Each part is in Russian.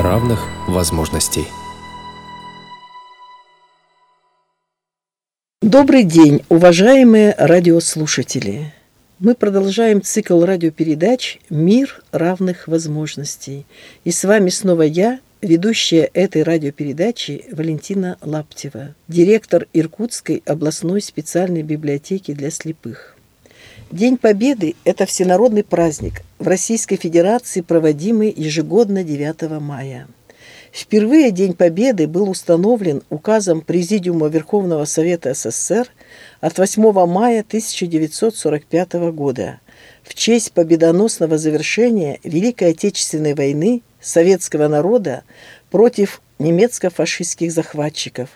равных возможностей. Добрый день, уважаемые радиослушатели! Мы продолжаем цикл радиопередач «Мир равных возможностей». И с вами снова я, ведущая этой радиопередачи Валентина Лаптева, директор Иркутской областной специальной библиотеки для слепых. День Победы – это всенародный праздник, в Российской Федерации проводимый ежегодно 9 мая. Впервые День Победы был установлен указом Президиума Верховного Совета СССР от 8 мая 1945 года в честь победоносного завершения Великой Отечественной войны советского народа против немецко-фашистских захватчиков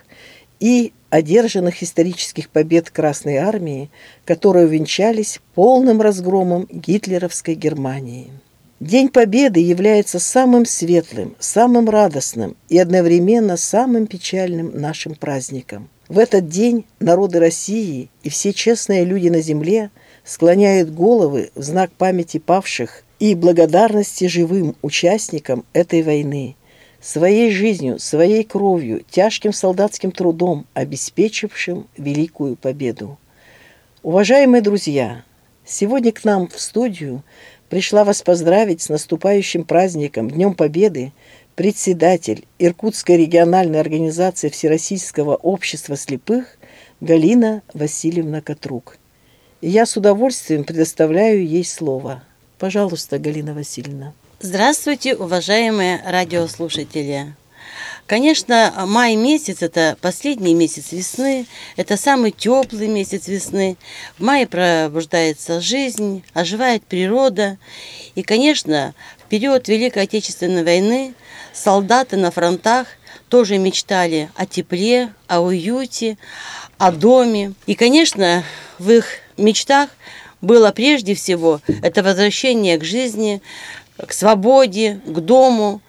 и одержанных исторических побед Красной Армии, которые увенчались полным разгромом гитлеровской Германии. День Победы является самым светлым, самым радостным и одновременно самым печальным нашим праздником. В этот день народы России и все честные люди на земле склоняют головы в знак памяти павших и благодарности живым участникам этой войны, своей жизнью, своей кровью, тяжким солдатским трудом, обеспечившим великую победу. Уважаемые друзья, сегодня к нам в студию пришла вас поздравить с наступающим праздником, Днем Победы, председатель Иркутской региональной организации Всероссийского общества слепых Галина Васильевна Котрук. И я с удовольствием предоставляю ей слово. Пожалуйста, Галина Васильевна. Здравствуйте, уважаемые радиослушатели. Конечно, май месяц – это последний месяц весны, это самый теплый месяц весны. В мае пробуждается жизнь, оживает природа. И, конечно, в период Великой Отечественной войны солдаты на фронтах тоже мечтали о тепле, о уюте, о доме. И, конечно, в их мечтах было прежде всего это возвращение к жизни, к свободе, к дому.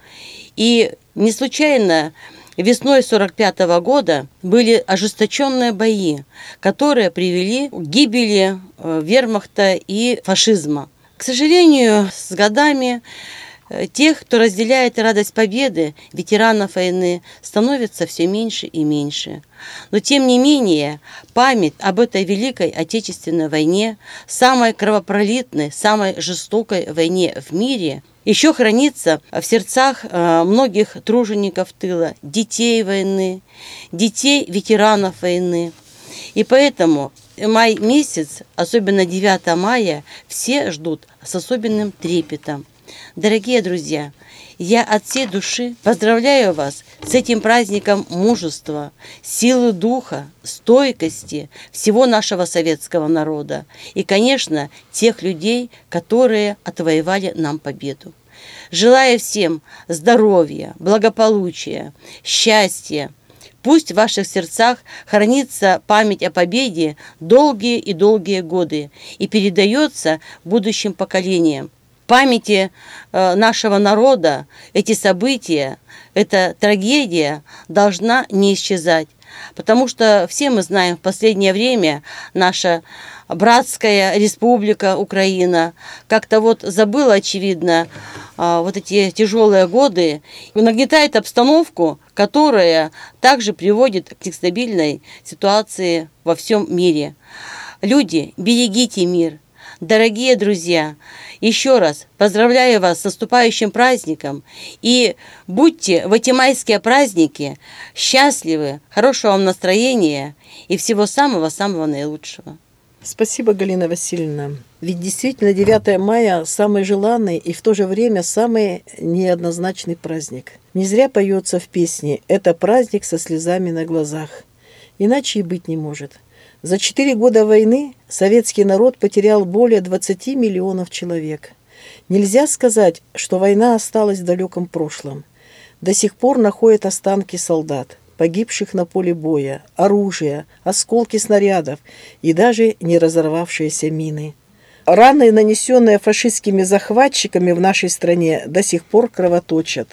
И не случайно весной 1945 года были ожесточенные бои, которые привели к гибели вермахта и фашизма. К сожалению, с годами тех, кто разделяет радость победы, ветеранов войны, становится все меньше и меньше. Но тем не менее, память об этой Великой Отечественной войне, самой кровопролитной, самой жестокой войне в мире, еще хранится в сердцах многих тружеников тыла, детей войны, детей ветеранов войны. И поэтому май месяц, особенно 9 мая, все ждут с особенным трепетом. Дорогие друзья, я от всей души поздравляю вас с этим праздником мужества, силы духа, стойкости всего нашего советского народа и, конечно, тех людей, которые отвоевали нам победу. Желаю всем здоровья, благополучия, счастья. Пусть в ваших сердцах хранится память о победе долгие и долгие годы и передается будущим поколениям. В памяти нашего народа эти события, эта трагедия должна не исчезать. Потому что все мы знаем, в последнее время наша братская республика Украина как-то вот забыла, очевидно, вот эти тяжелые годы, нагнетает обстановку, которая также приводит к нестабильной ситуации во всем мире. Люди, берегите мир. Дорогие друзья, еще раз поздравляю вас с наступающим праздником и будьте в эти майские праздники счастливы, хорошего вам настроения и всего самого-самого наилучшего. Спасибо, Галина Васильевна. Ведь действительно 9 мая самый желанный и в то же время самый неоднозначный праздник. Не зря поется в песне «Это праздник со слезами на глазах». Иначе и быть не может. За 4 года войны советский народ потерял более 20 миллионов человек. Нельзя сказать, что война осталась в далеком прошлом. До сих пор находят останки солдат, погибших на поле боя, оружие, осколки снарядов и даже не разорвавшиеся мины. Раны, нанесенные фашистскими захватчиками в нашей стране, до сих пор кровоточат.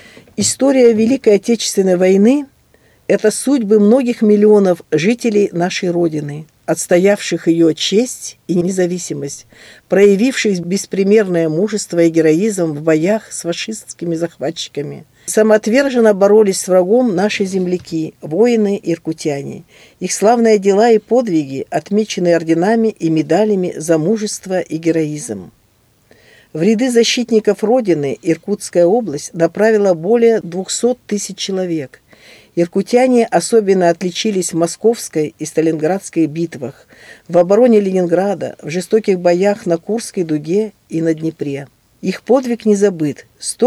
История Великой Отечественной войны – это судьбы многих миллионов жителей нашей Родины, отстоявших ее честь и независимость, проявивших беспримерное мужество и героизм в боях с фашистскими захватчиками. Самоотверженно боролись с врагом наши земляки, воины-иркутяне. Их славные дела и подвиги отмечены орденами и медалями за мужество и героизм. В ряды защитников Родины Иркутская область направила более 200 тысяч человек. Иркутяне особенно отличились в Московской и Сталинградской битвах, в обороне Ленинграда, в жестоких боях на Курской дуге и на Днепре. Их подвиг не забыт.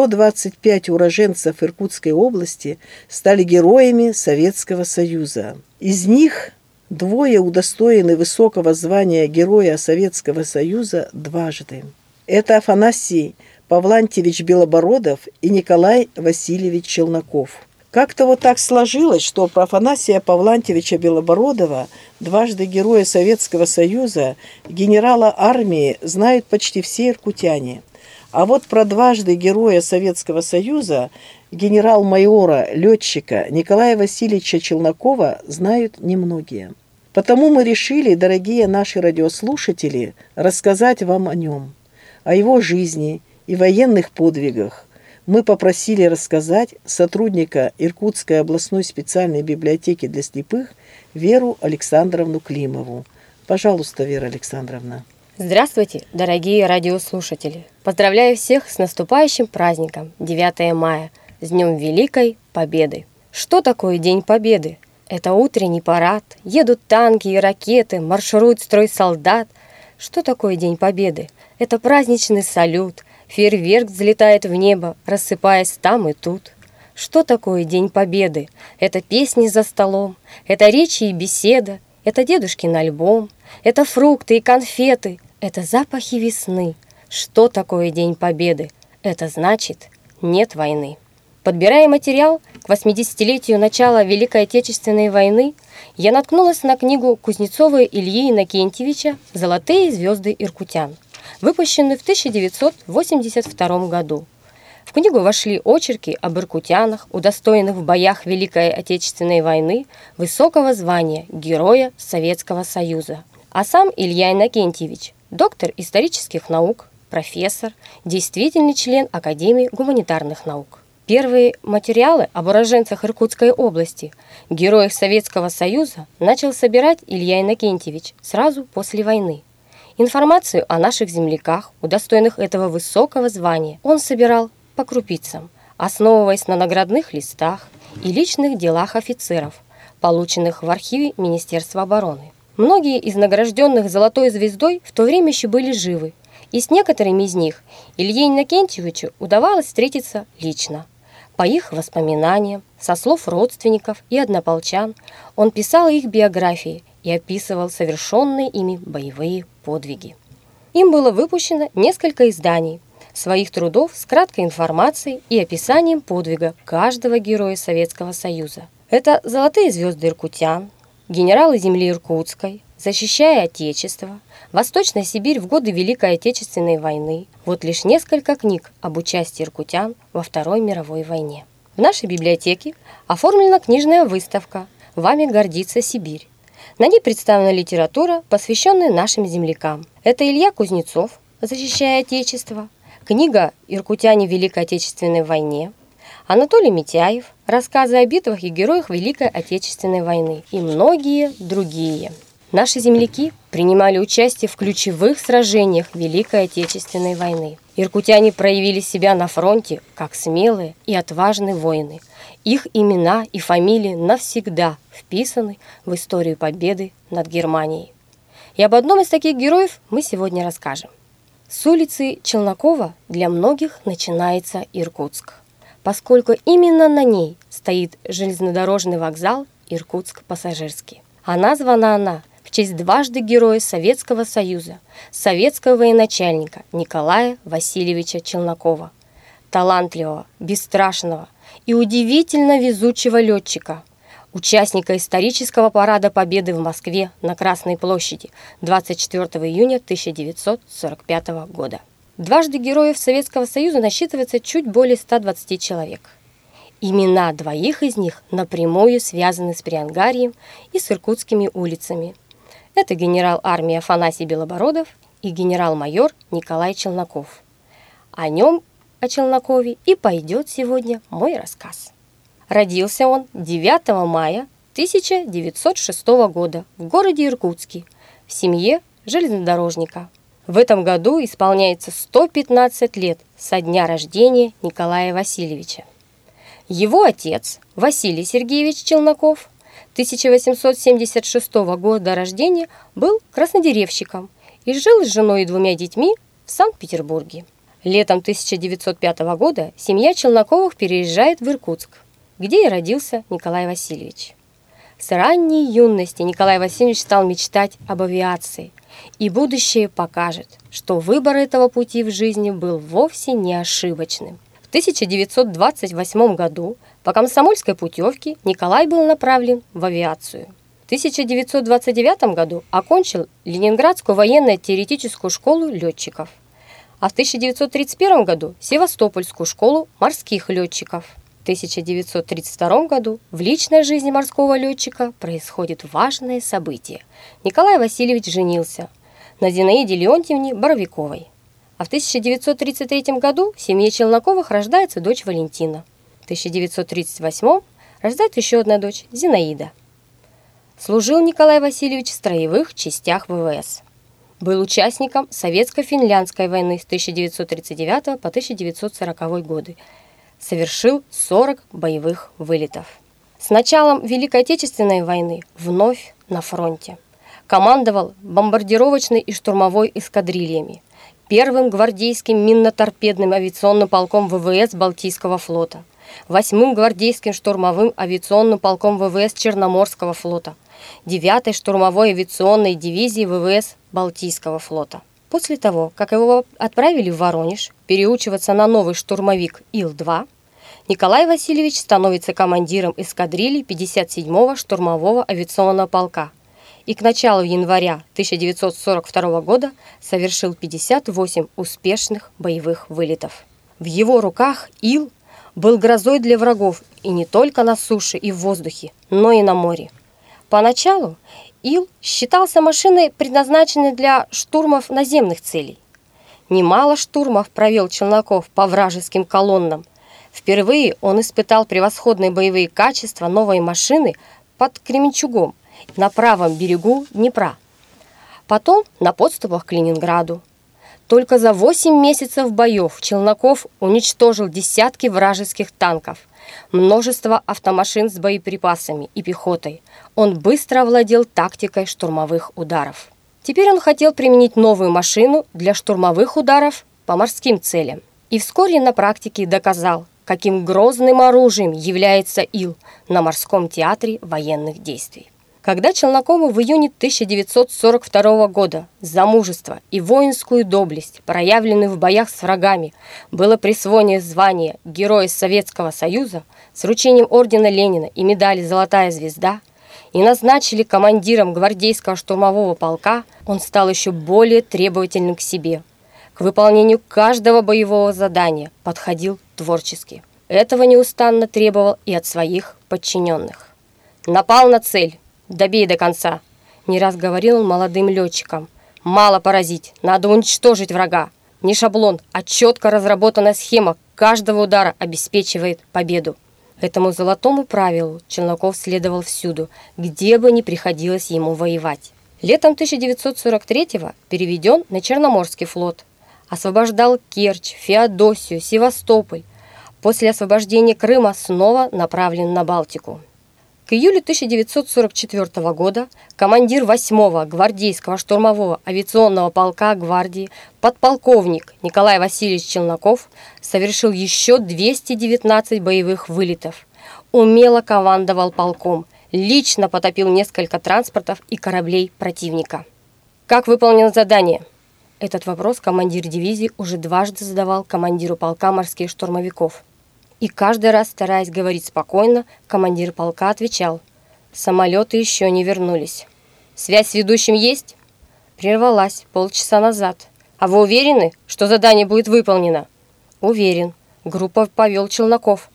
125 уроженцев Иркутской области стали героями Советского Союза. Из них 2 удостоены высокого звания Героя Советского Союза дважды. Это Афанасий Павлантьевич Белобородов и Николай Васильевич Челноков. Как-то вот так сложилось, что про Афанасия Павлантьевича Белобородова, дважды Героя Советского Союза, генерала армии, знают почти все иркутяне. А вот про дважды Героя Советского Союза, генерал-майора, летчика Николая Васильевича Челнокова знают немногие. Потому мы решили, дорогие наши радиослушатели, рассказать вам о нем, о его жизни и военных подвигах. Мы попросили рассказать сотрудника Иркутской областной специальной библиотеки для слепых Веру Александровну Климову. Пожалуйста, Вера Александровна. Здравствуйте, дорогие радиослушатели! Поздравляю всех с наступающим праздником 9 мая, с Днем Великой Победы. Что такое День Победы? Это утренний парад, едут танки и ракеты, марширует строй солдат. Что такое День Победы? Это праздничный салют, фейерверк взлетает в небо, рассыпаясь там и тут. Что такое День Победы? Это песни за столом, это речи и беседа, это дедушкин альбом, это фрукты и конфеты, это запахи весны. Что такое День Победы? Это значит, нет войны. Подбирая материал к 80-летию начала Великой Отечественной войны, я наткнулась на книгу Кузнецова Ильи Иннокентьевича «Золотые звезды иркутян», выпущенную в 1982 году. В книгу вошли очерки об иркутянах, удостоенных в боях Великой Отечественной войны высокого звания Героя Советского Союза. А сам Илья Иннокентьевич – доктор исторических наук, профессор, действительный член Академии гуманитарных наук. Первые материалы об уроженцах Иркутской области, героях Советского Союза, начал собирать Илья Иннокентьевич сразу после войны. Информацию о наших земляках, удостоенных этого высокого звания, он собирал по крупицам, основываясь на наградных листах и личных делах офицеров, полученных в архиве Министерства обороны. Многие из награжденных Золотой звездой в то время еще были живы, и с некоторыми из них Илье Иннокентьевичу удавалось встретиться лично. По их воспоминаниям, со слов родственников и однополчан, он писал их биографии и описывал совершенные ими боевые подвиги. Им было выпущено несколько изданий своих трудов с краткой информацией и описанием подвига каждого героя Советского Союза. Это «Золотые звезды иркутян», «Генералы земли Иркутской», «Защищая Отечество», «Восточная Сибирь в годы Великой Отечественной войны». Вот лишь несколько книг об участии иркутян во Второй мировой войне. В нашей библиотеке оформлена книжная выставка «Вами гордится Сибирь». На ней представлена литература, посвященная нашим землякам. Это Илья Кузнецов «Защищая Отечество», книга «Иркутяне в Великой Отечественной войне», Анатолий Митяев «Рассказы о битвах и героях Великой Отечественной войны» и многие другие. Наши земляки принимали участие в ключевых сражениях Великой Отечественной войны. Иркутяне проявили себя на фронте как смелые и отважные воины. Их имена и фамилии навсегда вписаны в историю победы над Германией. И об одном из таких героев мы сегодня расскажем. С улицы Челнокова для многих начинается Иркутск, поскольку именно на ней стоит железнодорожный вокзал Иркутск-Пассажирский. А названа она в честь дважды Героя Советского Союза, советского военачальника Николая Васильевича Челнокова, талантливого, бесстрашного и удивительно везучего летчика, участника исторического парада Победы в Москве на Красной площади 24 июня 1945 года. Дважды Героев Советского Союза насчитывается чуть более 120 человек. Имена двоих из них напрямую связаны с Приангарьем и с иркутскими улицами. Это генерал армии Афанасий Белобородов и генерал-майор Николай Челноков. О нем, о Челнокове, и пойдет сегодня мой рассказ. Родился он 9 мая 1906 года в городе Иркутске в семье железнодорожника. В этом году исполняется 115 лет со дня рождения Николая Васильевича. Его отец Василий Сергеевич Челноков 1876 года рождения был краснодеревщиком и жил с женой и 2 детьми в Санкт-Петербурге. Летом 1905 года семья Челноковых переезжает в Иркутск, где и родился Николай Васильевич. С ранней юности Николай Васильевич стал мечтать об авиации, и будущее покажет, что выбор этого пути в жизни был вовсе не ошибочным. В 1928 году по комсомольской путевке Николай был направлен в авиацию. В 1929 году окончил Ленинградскую военно-теоретическую школу летчиков, а в 1931 году Севастопольскую школу морских летчиков. В 1932 году в личной жизни морского летчика происходит важное событие. Николай Васильевич женился на Зинаиде Леонтьевне Боровиковой. А в 1933 году в семье Челноковых рождается дочь Валентина. В 1938 рождается еще одна дочь Зинаида. Служил Николай Васильевич в строевых частях ВВС. Был участником Советско-финляндской войны с 1939 по 1940 годы. Совершил 40 боевых вылетов. С началом Великой Отечественной войны вновь на фронте. Командовал бомбардировочной и штурмовой эскадрильями, первым гвардейским минно-торпедным авиационным полком ВВС Балтийского флота, 8-м гвардейским штурмовым авиационным полком ВВС Черноморского флота, 9-й штурмовой авиационной дивизии ВВС Балтийского флота. После того, как его отправили в Воронеж переучиваться на новый штурмовик Ил-2, Николай Васильевич становится командиром эскадрильи 57-го штурмового авиационного полка и к началу января 1942 года совершил 58 успешных боевых вылетов. В его руках Ил был грозой для врагов и не только на суше и в воздухе, но и на море. Поначалу Ил считался машиной, предназначенной для штурмов наземных целей. Немало штурмов провел Челноков по вражеским колоннам. Впервые он испытал превосходные боевые качества новой машины под Кременчугом на правом берегу Днепра. Потом на подступах к Ленинграду. Только за 8 месяцев боев Челноков уничтожил десятки вражеских танков, множество автомашин с боеприпасами и пехотой. Он быстро овладел тактикой штурмовых ударов. Теперь он хотел применить новую машину для штурмовых ударов по морским целям. И вскоре на практике доказал, каким грозным оружием является Ил на морском театре военных действий. Когда Челнокову в июне 1942 года за мужество и воинскую доблесть, проявленную в боях с врагами, было присвоено звание Героя Советского Союза с вручением ордена Ленина и медали «Золотая звезда», и назначили командиром гвардейского штурмового полка, он стал еще более требовательным к себе. К выполнению каждого боевого задания подходил творчески. Этого неустанно требовал и от своих подчиненных. «Напал на цель, добей до конца», — не раз говорил он молодым летчикам. «Мало поразить, надо уничтожить врага. Не шаблон, а четко разработанная схема каждого удара обеспечивает победу». Этому золотому правилу Челноков следовал всюду, где бы ни приходилось ему воевать. Летом 1943-го переведен на Черноморский флот. Освобождал Керчь, Феодосию, Севастополь. После освобождения Крыма снова направлен на Балтику. К июлю 1944 года командир 8-го гвардейского штурмового авиационного полка гвардии подполковник Николай Васильевич Челноков совершил еще 219 боевых вылетов. Умело командовал полком, лично потопил несколько транспортов и кораблей противника. Как выполнил задание? Этот вопрос командир дивизии уже дважды задавал командиру полка морских штурмовиков. И каждый раз, стараясь говорить спокойно, командир полка отвечал: «Самолеты еще не вернулись». «Связь с ведущим есть?» «Прервалась полчаса назад». «А вы уверены, что задание будет выполнено?» «Уверен». Группу повел Челноков.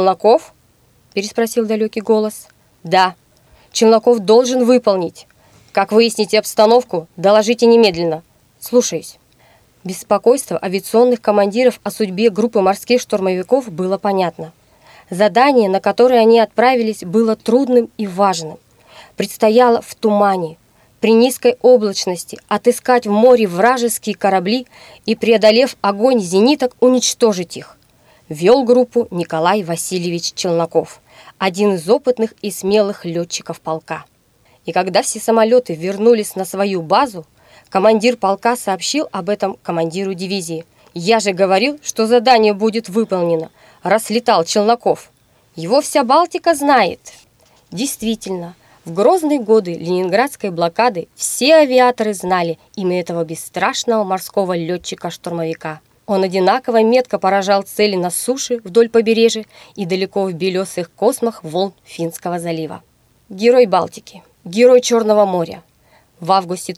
«Челноков?» – переспросил далекий голос. «Да, Челноков должен выполнить». Как выясните обстановку, доложите немедленно. Слушаюсь. Беспокойство авиационных командиров о судьбе группы морских штурмовиков было понятно. Задание, на которое они отправились, было трудным и важным. Предстояло в тумане, при низкой облачности, отыскать в море вражеские корабли и, преодолев огонь зениток, уничтожить их. Вел группу Николай Васильевич Челноков, один из опытных и смелых летчиков полка. И когда все самолеты вернулись на свою базу, командир полка сообщил об этом командиру дивизии. «Я же говорил, что задание будет выполнено, раз летал Челноков. Его вся Балтика знает». Действительно, в грозные годы ленинградской блокады все авиаторы знали имя этого бесстрашного морского летчика-штурмовика. Он одинаково метко поражал цели на суше вдоль побережья и далеко в белесых космах волн Финского залива. Герой Балтики, герой Черного моря. В августе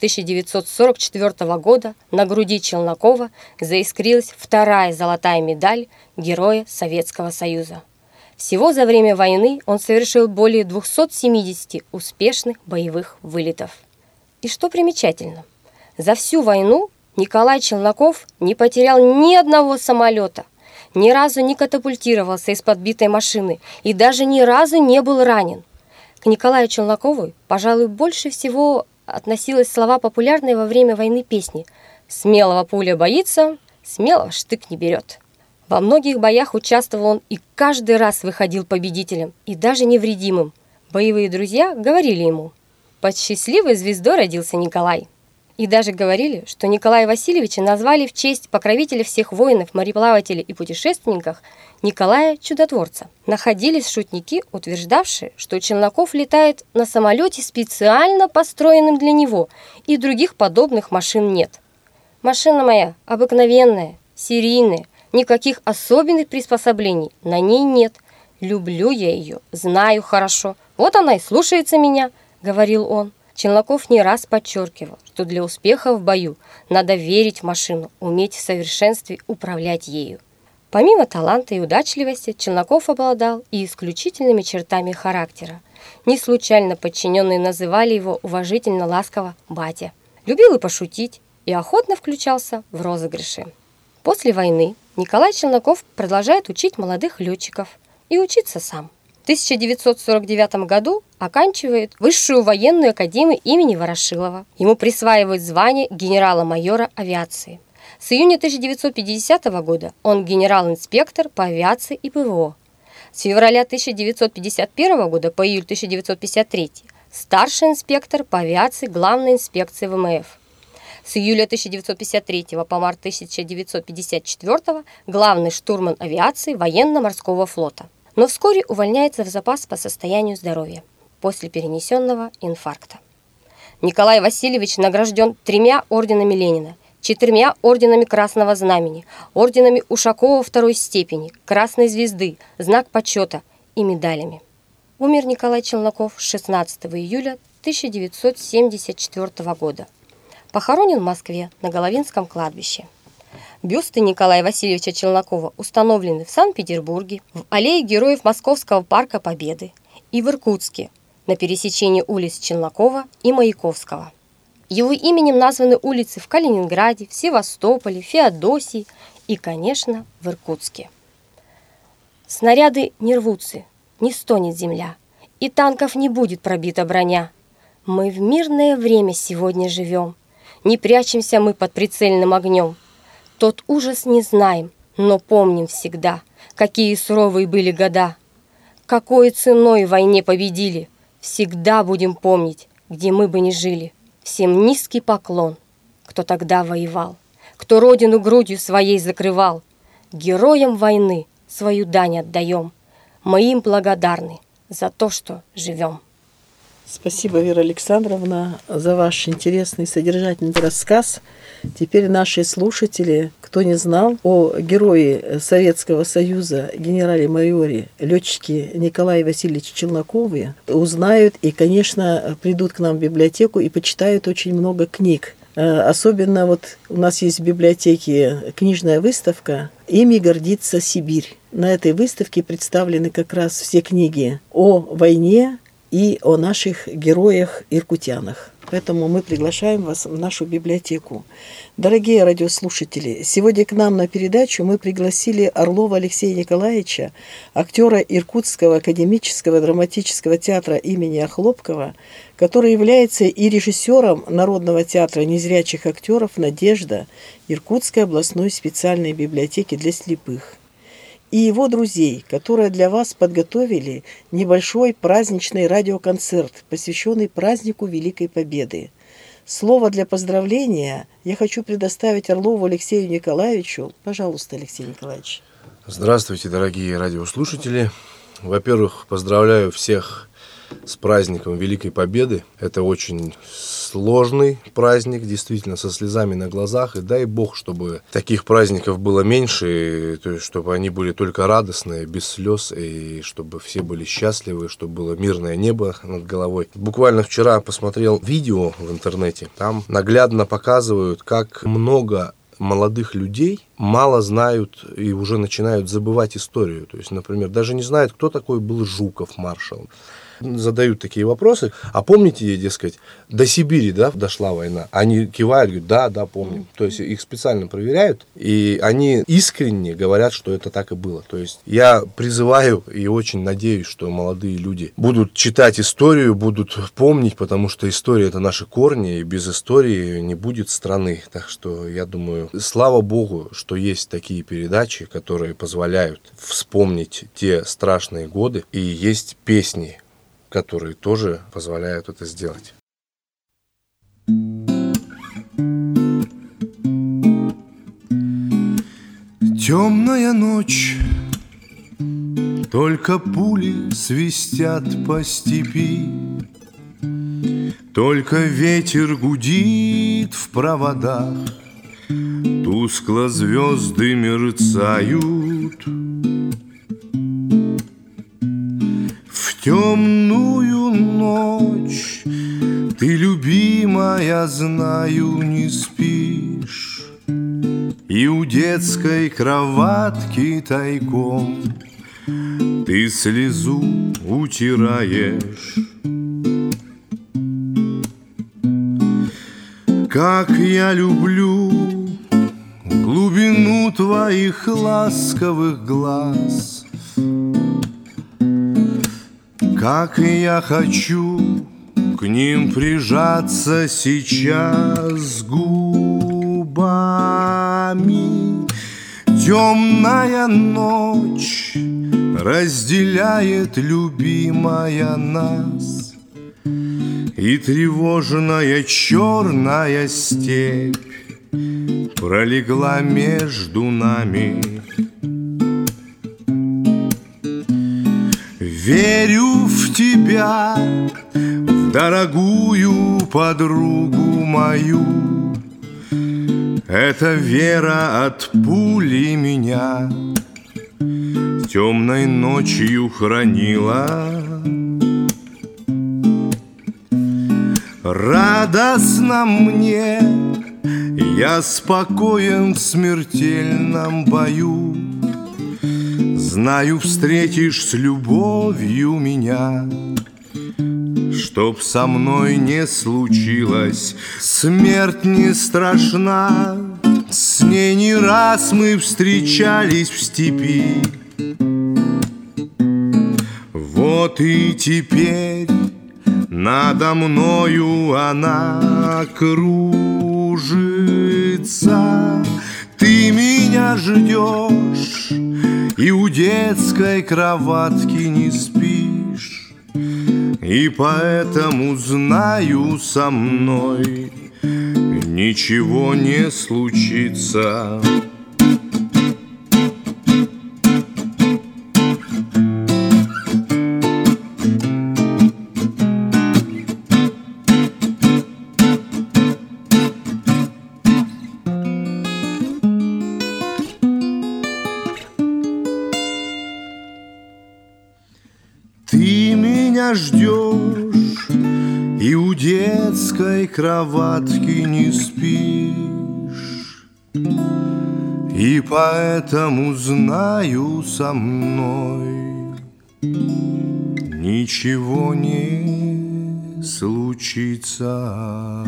1944 года на груди Челнокова заискрилась вторая золотая медаль Героя Советского Союза. Всего за время войны он совершил более 270 успешных боевых вылетов. И что примечательно, за всю войну Николай Челноков не потерял ни одного самолета, ни разу не катапультировался из подбитой машины и даже ни разу не был ранен. К Николаю Челнокову, пожалуй, больше всего относились слова популярной во время войны песни «Смелого пуля боится, смелого штык не берет». Во многих боях участвовал он и каждый раз выходил победителем и даже невредимым. Боевые друзья говорили ему: «Под счастливой звездой родился Николай». И даже говорили, что Николая Васильевича назвали в честь покровителя всех воинов, мореплавателей и путешественников Николая Чудотворца. Находились шутники, утверждавшие, что Челноков летает на самолете, специально построенном для него, и других подобных машин нет. «Машина моя обыкновенная, серийная, никаких особенных приспособлений на ней нет. Люблю я ее, знаю хорошо. Вот она и слушается меня», — говорил он. Челноков не раз подчеркивал, что для успеха в бою надо верить в машину, уметь в совершенстве управлять ею. Помимо таланта и удачливости, Челноков обладал и исключительными чертами характера. Не случайно подчиненные называли его уважительно ласково «батя». Любил и пошутить, и охотно включался в розыгрыши. После войны Николай Челноков продолжает учить молодых летчиков и учиться сам. В 1949 году оканчивает Высшую военную академию имени Ворошилова. Ему присваивают звание генерала-майора авиации. С июня 1950 года он генерал-инспектор по авиации и ПВО. С февраля 1951 года по июль 1953 старший инспектор по авиации Главной инспекции ВМФ. С июля 1953 по март 1954 главный штурман авиации военно-морского флота. Но вскоре увольняется в запас по состоянию здоровья после перенесенного инфаркта. Николай Васильевич награжден 3 орденами Ленина, 4 орденами Красного Знамени, орденами Ушакова второй степени, Красной Звезды, Знак почета и медалями. Умер Николай Челноков 16 июля 1974 года. Похоронен в Москве на Головинском кладбище. Бюсты Николая Васильевича Челнокова установлены в Санкт-Петербурге, в аллее героев Московского парка Победы и в Иркутске на пересечении улиц Челнокова и Маяковского. Его именем названы улицы в Калининграде, в Севастополе, Феодосии и, конечно, в Иркутске. Снаряды не рвутся, не стонет земля, и танков не будет пробита броня. Мы в мирное время сегодня живем, не прячемся мы под прицельным огнем. Тот ужас не знаем, но помним всегда, какие суровые были года. Какой ценой в войне победили, всегда будем помнить, где мы бы ни жили. Всем низкий поклон, кто тогда воевал, кто родину грудью своей закрывал. Героям войны свою дань отдаем, мы им благодарны за то, что живем. Спасибо, Вера Александровна, за ваш интересный содержательный рассказ. Теперь наши слушатели, кто не знал о герое Советского Союза, генерале-майоре, летчике Николае Васильевиче Челнокове, узнают и, конечно, придут к нам в библиотеку и почитают очень много книг. Особенно вот у нас есть в библиотеке книжная выставка «Ими гордится Сибирь». На этой выставке представлены как раз все книги о войне, и о наших героях-иркутянах. Поэтому мы приглашаем вас в нашу библиотеку. Дорогие радиослушатели, сегодня к нам на передачу мы пригласили Орлова Алексея Николаевича, актера Иркутского академического драматического театра имени Охлопкова, который является и режиссером Народного театра незрячих актеров «Надежда» Иркутской областной специальной библиотеки для слепых, и его друзей, которые для вас подготовили небольшой праздничный радиоконцерт, посвященный празднику Великой Победы. Слово для поздравления я хочу предоставить Орлову Алексею Николаевичу. Пожалуйста, Алексей Николаевич. Здравствуйте, дорогие радиослушатели. Во-первых, поздравляю всех с праздником Великой Победы. Это очень сложный праздник, действительно, со слезами на глазах. И дай Бог, чтобы таких праздников было меньше, то есть, чтобы они были только радостные, без слез, и чтобы все были счастливы, чтобы было мирное небо над головой. Буквально вчера посмотрел видео в интернете. Там наглядно показывают, как много молодых людей мало знают и уже начинают забывать историю. То есть, например, даже не знают, кто такой был Жуков, маршал. Задают такие вопросы. А помните, дескать, до Сибири, да, дошла война? Они кивают, говорят, да, помним. То есть их специально проверяют, и они искренне говорят, что это так и было. То есть я призываю и очень надеюсь, что молодые люди будут читать историю, будут помнить, потому что история — это наши корни, и без истории не будет страны. Так что я думаю, слава Богу, что есть такие передачи, которые позволяют вспомнить те страшные годы, и есть песни, которые тоже позволяют это сделать. Темная ночь, только пули свистят по степи, только ветер гудит в проводах, тускло звезды мерцают. В темную ночь ты, любимая, знаю, не спишь, и у детской кроватки тайком ты слезу утираешь. Как я люблю глубину твоих ласковых глаз, как я хочу к ним прижаться сейчас губами. Темная ночь разделяет, любимая, нас, и тревожная черная степь пролегла между нами. Верю в тебя, в дорогую подругу мою. Эта вера от пули меня темной ночью хранила. Радостно мне, я спокоен в смертельном бою. Знаю, встретишь с любовью меня. Чтоб со мной не случилось, смерть не страшна. С ней не раз мы встречались в степи. Вот и теперь надо мною она кружится. Ты меня ждешь и у детской кроватки не спишь, и поэтому знаю, со мной ничего не случится. Ты меня ждешь и у детской кроватки не спишь, и поэтому знаю, со мной ничего не случится.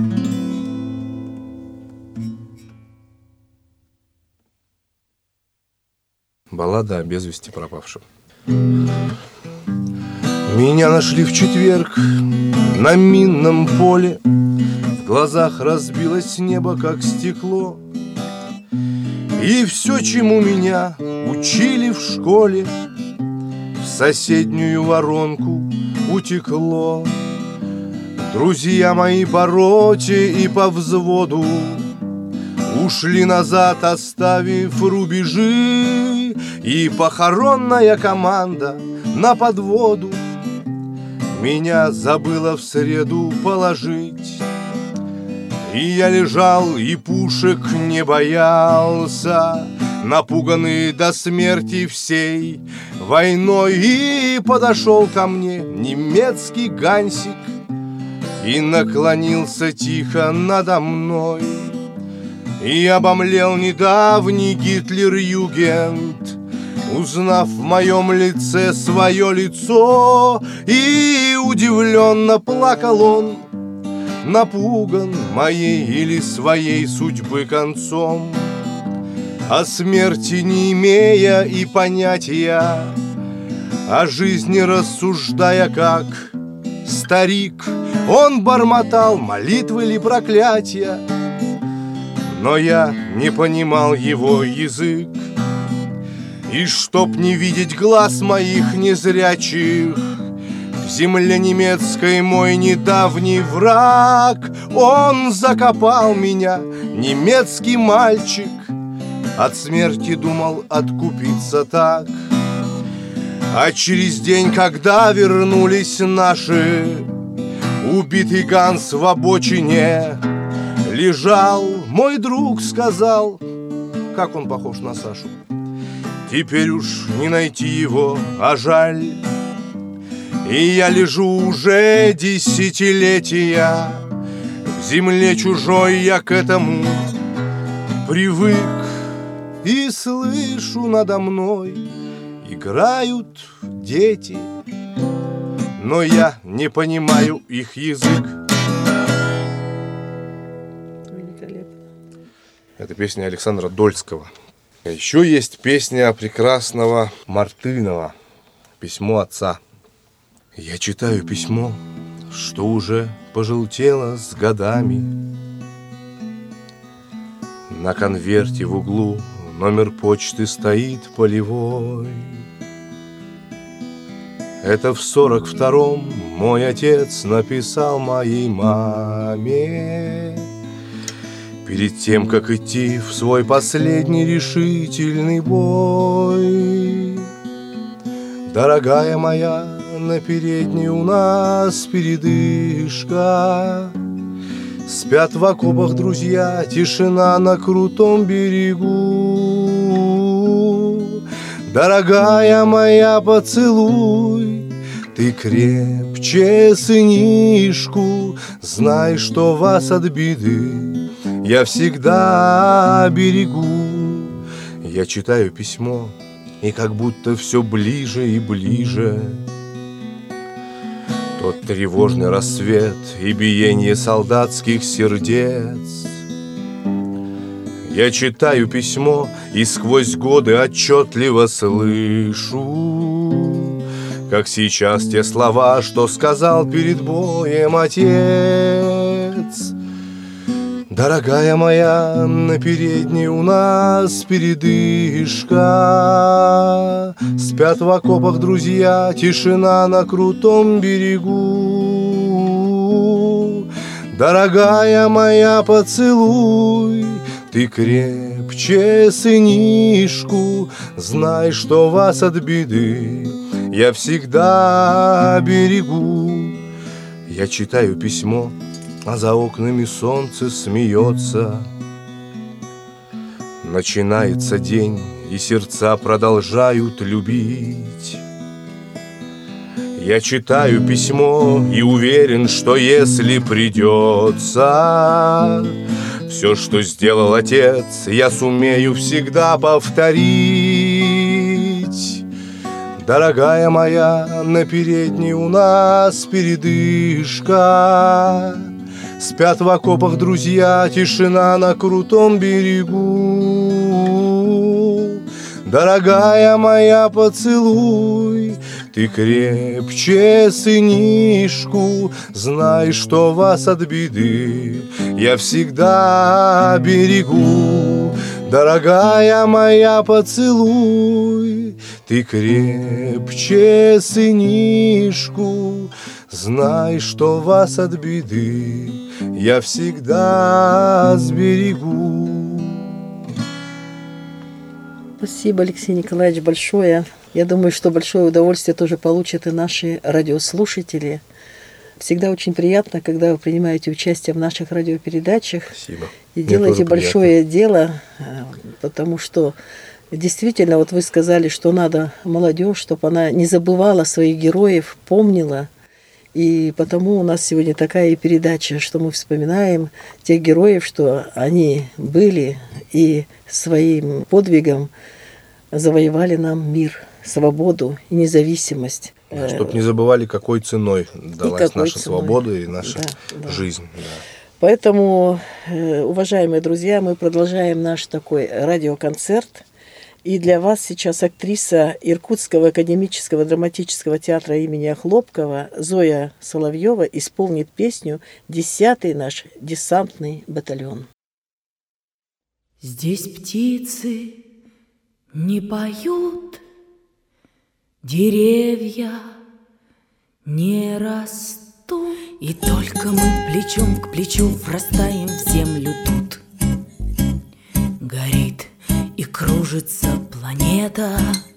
Баллада о без вести пропавшем. Меня нашли в четверг на минном поле. В глазах разбилось небо, как стекло. И все, чему меня учили в школе, в соседнюю воронку утекло. Друзья мои по роте и по взводу ушли назад, оставив рубежи. И похоронная команда на подводу меня забыла в среду положить. И я лежал и пушек не боялся, напуганный до смерти всей войной. И подошел ко мне немецкий гансик и наклонился тихо надо мной. И обомлел недавний Гитлер-Югент, узнав в моем лице свое лицо. И удивленно плакал он, напуган моей или своей судьбы концом. О смерти не имея и понятия, о жизни рассуждая как старик, он бормотал молитвы ли проклятия, но я не понимал его язык. И чтоб не видеть глаз моих незрячих, в земле немецкой мой недавний враг, он закопал меня, немецкий мальчик, от смерти думал откупиться так. А через день, когда вернулись наши, убитый Ганс в обочине лежал. Мой друг сказал, как он похож на Сашу, теперь уж не найти его, а жаль. И я лежу уже десятилетия в земле чужой, я к этому привык. И слышу надо мной играют дети, но я не понимаю их язык. Это песня Александра Дольского. Еще есть песня прекрасного Мартынова «Письмо отца». Я читаю письмо, что уже пожелтело с годами. На конверте в углу номер почты стоит полевой. Это в 42-м мой отец написал моей маме перед тем, как идти в свой последний решительный бой. Дорогая моя, на передней у нас передышка. Спят в окопах друзья, тишина на крутом берегу. Дорогая моя, поцелуй ты крепче сынишку. Знай, что вас от беды я всегда берегу. Я читаю письмо, и как будто все ближе и ближе тот тревожный рассвет и биение солдатских сердец. Я читаю письмо, и сквозь годы отчетливо слышу, как сейчас те слова, что сказал перед боем отец. Дорогая моя, на передней у нас передышка. Спят в окопах друзья, тишина на крутом берегу. Дорогая моя, поцелуй ты крепче сынишку. Знай, что вас от беды я всегда берегу. Я читаю письмо, а за окнами солнце смеется. Начинается день, и сердца продолжают любить. Я читаю письмо и уверен, что если придется, все, что сделал отец, я сумею всегда повторить. Дорогая моя, на передней у нас передышка. Спят в окопах друзья, тишина на крутом берегу. Дорогая моя, поцелуй ты крепче сынишку. Знай, что вас от беды я всегда берегу. Дорогая моя, поцелуй ты крепче сынишку. Знай, что вас от беды я всегда сберегу. Спасибо, Алексей Николаевич, большое. Я думаю, что большое удовольствие тоже получат и наши радиослушатели. Всегда очень приятно, когда вы принимаете участие в наших радиопередачах. Спасибо. И Мне делаете тоже большое дело, потому что действительно, вот вы сказали, что надо молодежь, чтобы она не забывала своих героев, помнила. И потому у нас сегодня такая и передача, что мы вспоминаем тех героев, что они были и своим подвигом завоевали нам мир, свободу и независимость. Чтобы не забывали, какой ценой далась наша свобода и наша жизнь. Да. Поэтому, уважаемые друзья, мы продолжаем наш такой радиоконцерт. И для вас сейчас актриса Иркутского академического драматического театра имени Охлопкова Зоя Соловьева исполнит песню «10-й наш десантный батальон». Здесь птицы не поют, деревья не растут, и только мы плечом к плечу врастаем в землю тут. Горит и кружится планета,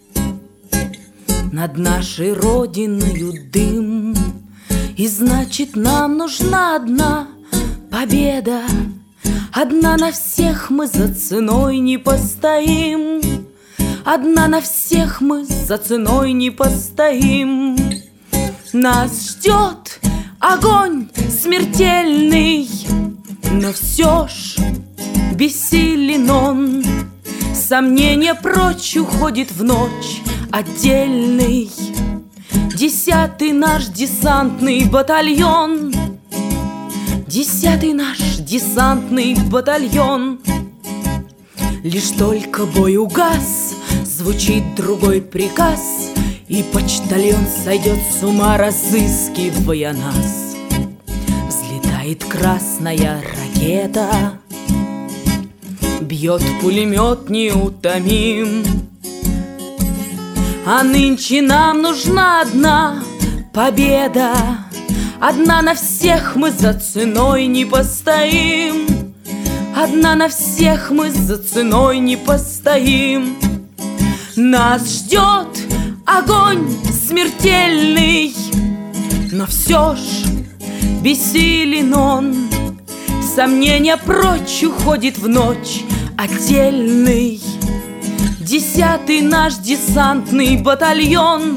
над нашей родиною дым, и значит нам нужна одна победа. Одна на всех мы за ценой не постоим, одна на всех мы за ценой не постоим. Нас ждет огонь смертельный, но все ж бессилен он. Сомнение прочь уходит в ночь отдельный. 10-й наш десантный батальон, 10-й наш десантный батальон. Лишь только бой угас, звучит другой приказ, и почтальон сойдет с ума, разыскивая нас. Взлетает красная ракета, бьет пулемет неутомим. А нынче нам нужна одна победа. Одна на всех мы за ценой не постоим, одна на всех мы за ценой не постоим. Нас ждет огонь смертельный, но все ж бессилен он. Сомнение прочь уходит в ночь отдельный. 10-й наш десантный батальон,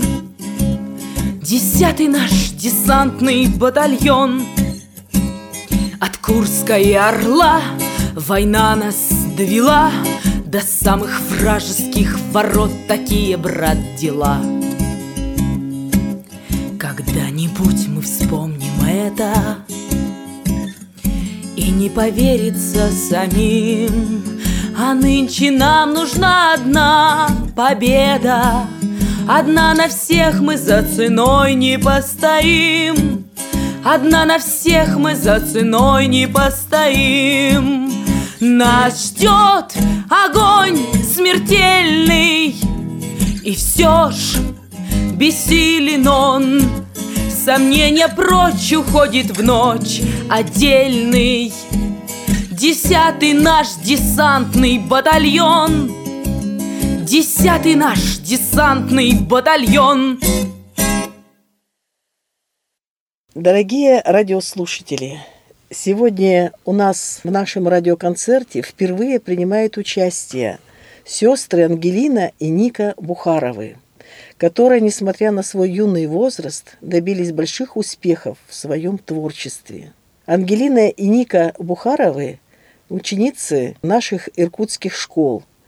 10-й наш десантный батальон. От Курска и Орла война нас довела до самых вражеских ворот. Такие, брат, дела. Когда-нибудь мы вспомним это, и не поверится самим. А нынче нам нужна одна победа. Одна на всех мы за ценой не постоим, одна на всех мы за ценой не постоим. Нас ждет огонь смертельный, и все ж бессилен он. Сомнение прочь уходит в ночь отдельный. 10-й наш десантный батальон, 10-й наш десантный батальон. Дорогие радиослушатели, сегодня у нас в нашем радиоконцерте впервые принимают участие сестры Ангелина и Ника Бухаровы, которые, несмотря на свой юный возраст, добились больших успехов в своем творчестве. Ангелина и Ника Бухаровы – ученицы наших иркутских школ.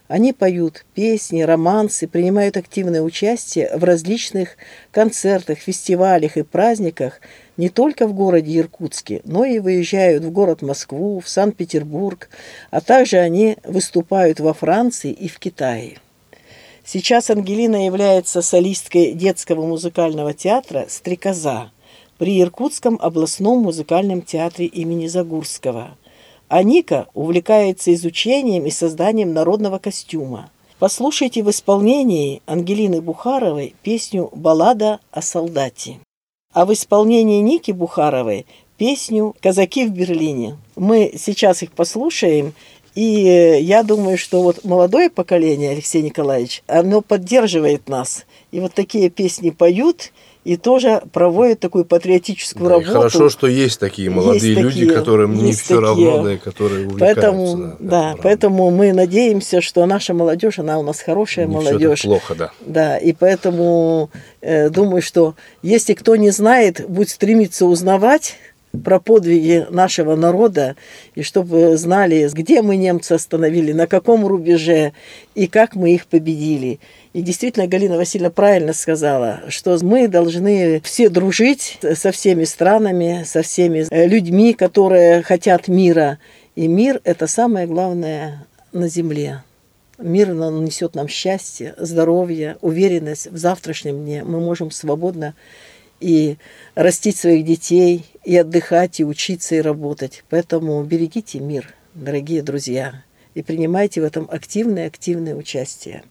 Они поют песни, романсы, принимают активное участие в различных концертах, фестивалях и праздниках не только в городе Иркутске, но и выезжают в город Москву, в Санкт-Петербург, а также они выступают во Франции и в Китае. Сейчас Ангелина является солисткой детского музыкального театра «Стрекоза» при Иркутском областном музыкальном театре имени Загурского. А Ника увлекается изучением и созданием народного костюма. Послушайте в исполнении Ангелины Бухаровой песню «Баллада о солдате», а в исполнении Ники Бухаровой песню «Казаки в Берлине». Мы сейчас их послушаем, и я думаю, что вот молодое поколение, Алексей Николаевич, оно поддерживает нас. И вот такие песни поют, и тоже проводят такую патриотическую работу. Хорошо, что есть такие молодые люди, которым не все равно, да, и которые увлекаются. Поэтому мы надеемся, что наша молодежь, она у нас хорошая не молодежь. Все так плохо, да. Да, и поэтому думаю, что если кто не знает, будет стремиться узнавать про подвиги нашего народа, и чтобы знали, где мы немца остановили, на каком рубеже, и как мы их победили. И действительно, Галина Васильевна правильно сказала, что мы должны все дружить со всеми странами, со всеми людьми, которые хотят мира. И мир – это самое главное на земле. Мир несет нам счастье, здоровье, уверенность в завтрашнем дне. Мы можем свободно и растить своих детей, и отдыхать, и учиться, и работать. Поэтому берегите мир, дорогие друзья, и принимайте в этом активное участие.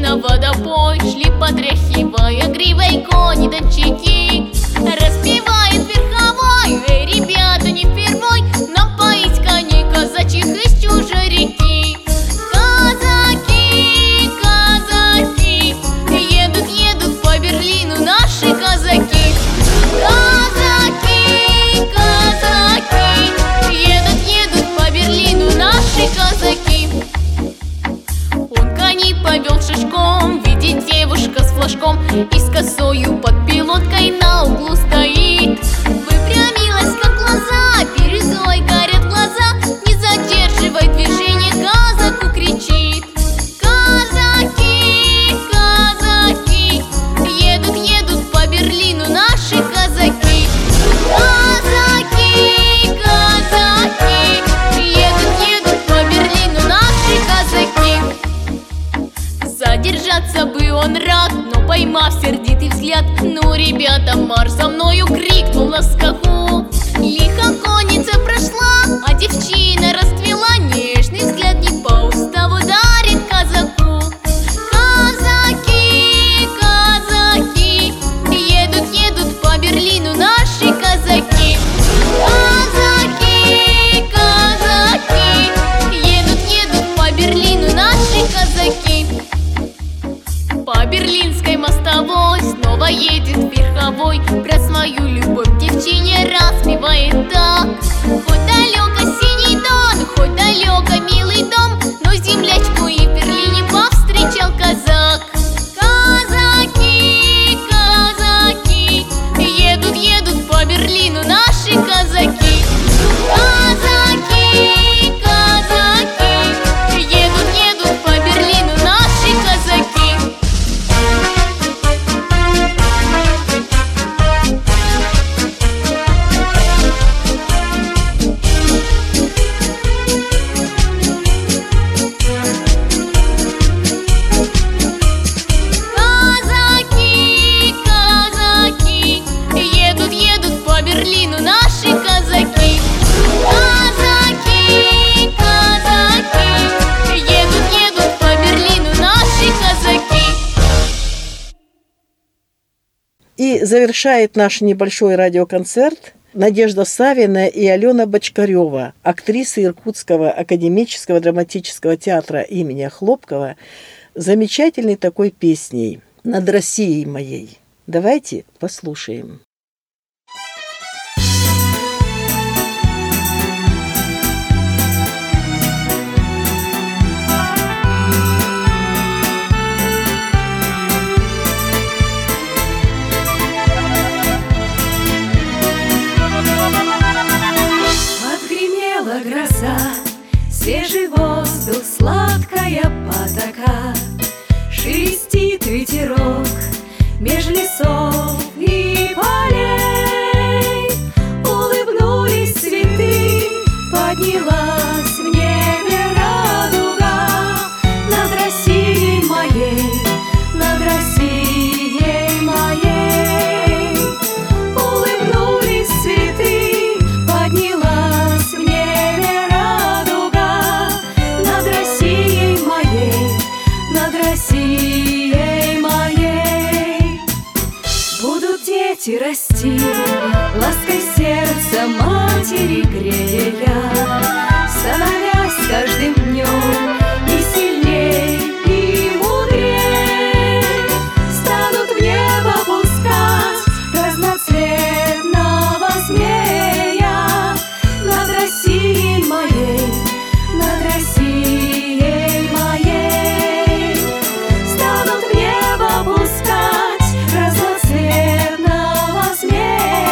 на водопой, шли потряхивая гривой кони-дончаки. Распевает верховой: эй, ребята, не впервой нам поить коней казачьих из чужой реки. Казаки, казаки, едут, едут по Берлину наши казаки. Казаки, казаки, едут, едут по Берлину наши казаки. Он коней повел шишком, видит девушка с флажком и с косою под пилоткой на углу стоит. Выпрямилась, как глаза, бирюзой горят глаза, не задерживай движение, казаку кричит. Казаки, казаки, едут, едут по Берлину наши казаки. Казаки, казаки, едут, едут по Берлину наши казаки. Задержаться бы он рад, но поймав сердитый взгляд: ну, ребята, марш за мною, крикнул на скаку. Лихо конница прошла, а девчина расцвела, нежный взгляд не по уставу дарит казаку. Казаки, казаки, едут, едут по Берлину наши казаки. Казаки, казаки, едут, едут по Берлину наши казаки. По берлинской мостовой снова едет верховой, про свою любовь девчине распевает так: хоть далеко синий Дон, хоть далеко милый дом, но землячку и в Берлине повстречал казак. Казаки, казаки, едут, едут по Берлину наши казаки. Казаки, казаки, едут, едут по Берлину наши казаки. Казаки, казаки, едут, едут по Берлину наши казаки. Казаки, казаки, едут, едут по Берлину наши казаки. И завершает наш небольшой радиоконцерт Надежда Савина и Алена Бочкарева, актрисы Иркутского академического драматического театра имени Хлопкова, замечательной такой песней «Над Россией моей». Давайте послушаем. Отгремела гроза, свежий воздух, сладкая потока, шелестит ветерок меж лесов и полей. Улыбнулись цветы, поднялась в небе радуга над Россией моей, над Россией моей. Улыбнулись цветы, поднялась в небе радуга над Россией моей, над Россией моей. Будут дети расти, лаской сердца матери грея, становясь с каждым днем и сильней, и мудрей. Станут в небо пускать разноцветного змея над Россией моей, над Россией моей. Станут в небо пускать разноцветного змея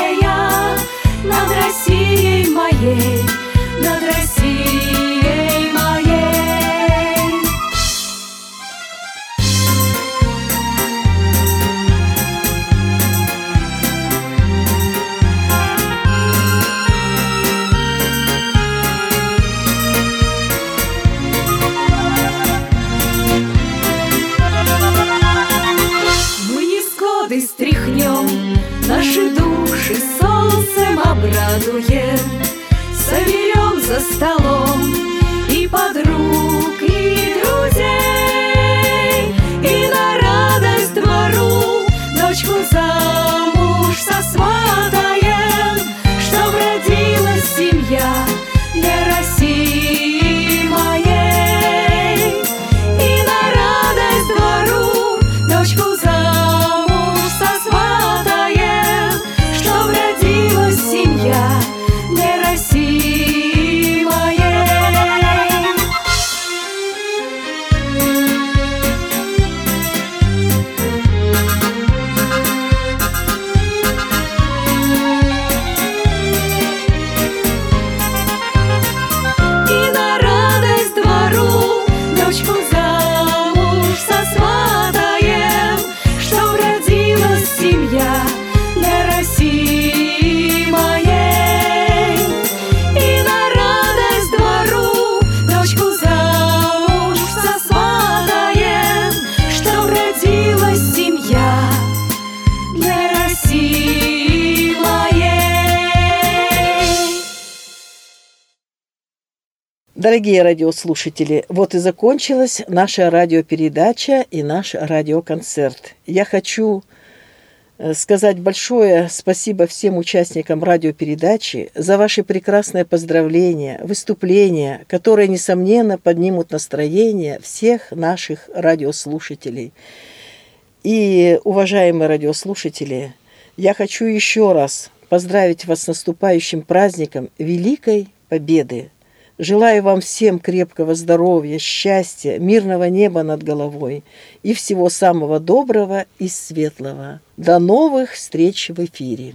Дорогие радиослушатели, вот и закончилась наша радиопередача и наш радиоконцерт. Я хочу сказать большое спасибо всем участникам радиопередачи за ваши прекрасные поздравления, выступления, которые, несомненно, поднимут настроение всех наших радиослушателей. И, уважаемые радиослушатели, я хочу еще раз поздравить вас с наступающим праздником Великой Победы. Желаю вам всем крепкого здоровья, счастья, мирного неба над головой и всего самого доброго и светлого. До новых встреч в эфире.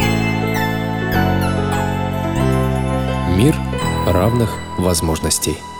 Мир равных возможностей.